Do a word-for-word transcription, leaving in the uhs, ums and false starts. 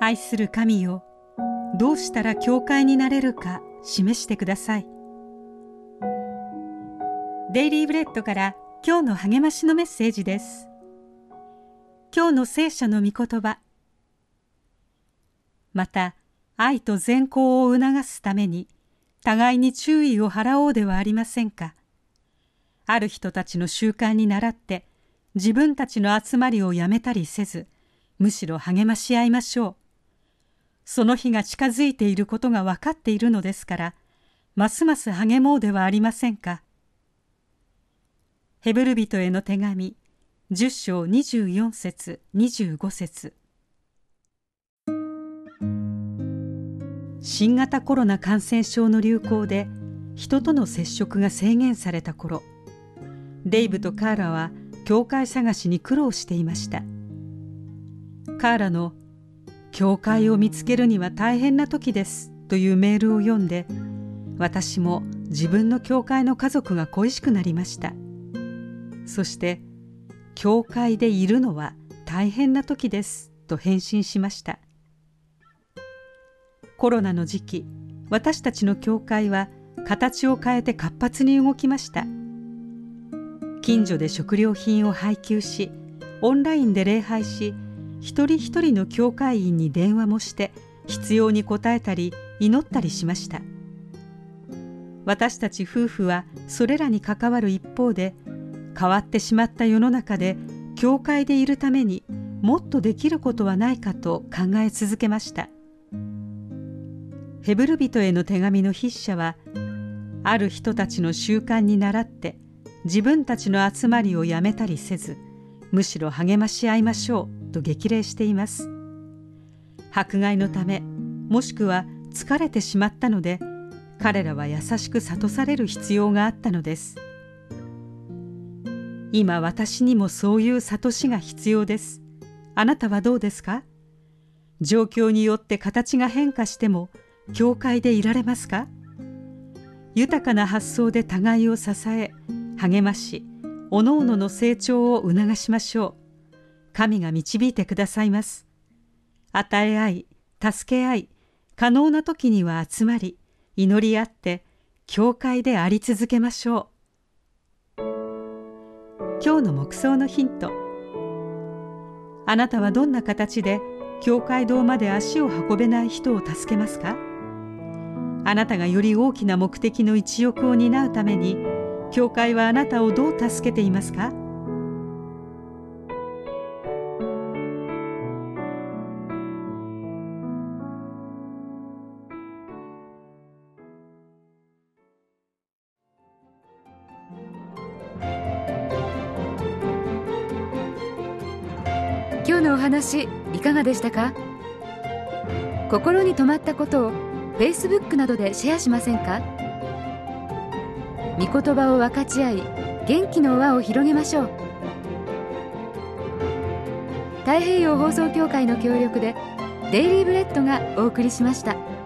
愛する神よ、どうしたら教会になれるか示してください。デイリーブレッドから今日の励ましのメッセージです。今日の聖書の御言葉。また、愛と善行を促すために、互いに注意を払おうではありませんか。ある人たちの習慣に倣って、自分たちの集まりをやめたりせず、むしろ励まし合いましょう。その日が近づいていることが分かっているのですから、ますます励もうではありませんか。ヘブル人への手紙、じゅっ章にじゅうよん節、にじゅうご節。新型コロナ感染症の流行で人との接触が制限された頃、デイブとカーラは教会探しに苦労していました。カーラの教会を見つけるには大変な時ですというメールを読んで、私も自分の教会の家族が恋しくなりました。そして教会でいるのは大変な時ですと返信しました。コロナの時期、私たちの教会は形を変えて活発に動きました。近所で食料品を配給し、オンラインで礼拝し、一人一人の教会員に電話もして必要に応えたり祈ったりしました。私たち夫婦はそれらに関わる一方で、変わってしまった世の中で教会でいるためにもっとできることはないかと考え続けました。ヘブル人への手紙の筆者は、ある人たちの習慣に倣って自分たちの集まりをやめたりせず、むしろ励まし合いましょうと激励しています。迫害のため、もしくは疲れてしまったので、彼らは優しく諭される必要があったのです。今私にもそういう諭しが必要です。あなたはどうですか？状況によって形が変化しても、教会でいられますか？豊かな発想で互いを支え、励まし、おのおのの成長を促しましょう。神が導いてくださいます。与え合い、助け合い、可能な時には集まり、祈り合って、教会であり続けましょう。今日の黙想のヒント。あなたはどんな形で教会堂まで足を運べない人を助けますか？あなたがより大きな目的の一翼を担うために、教会はあなたをどう助けていますか？ 今日のお話いかがでしたか？心に留まったことを Facebook などでシェアしませんか？御言葉を分かち合い、元気の輪を広げましょう。太平洋放送協会の協力でデイリーブレッドがお送りしました。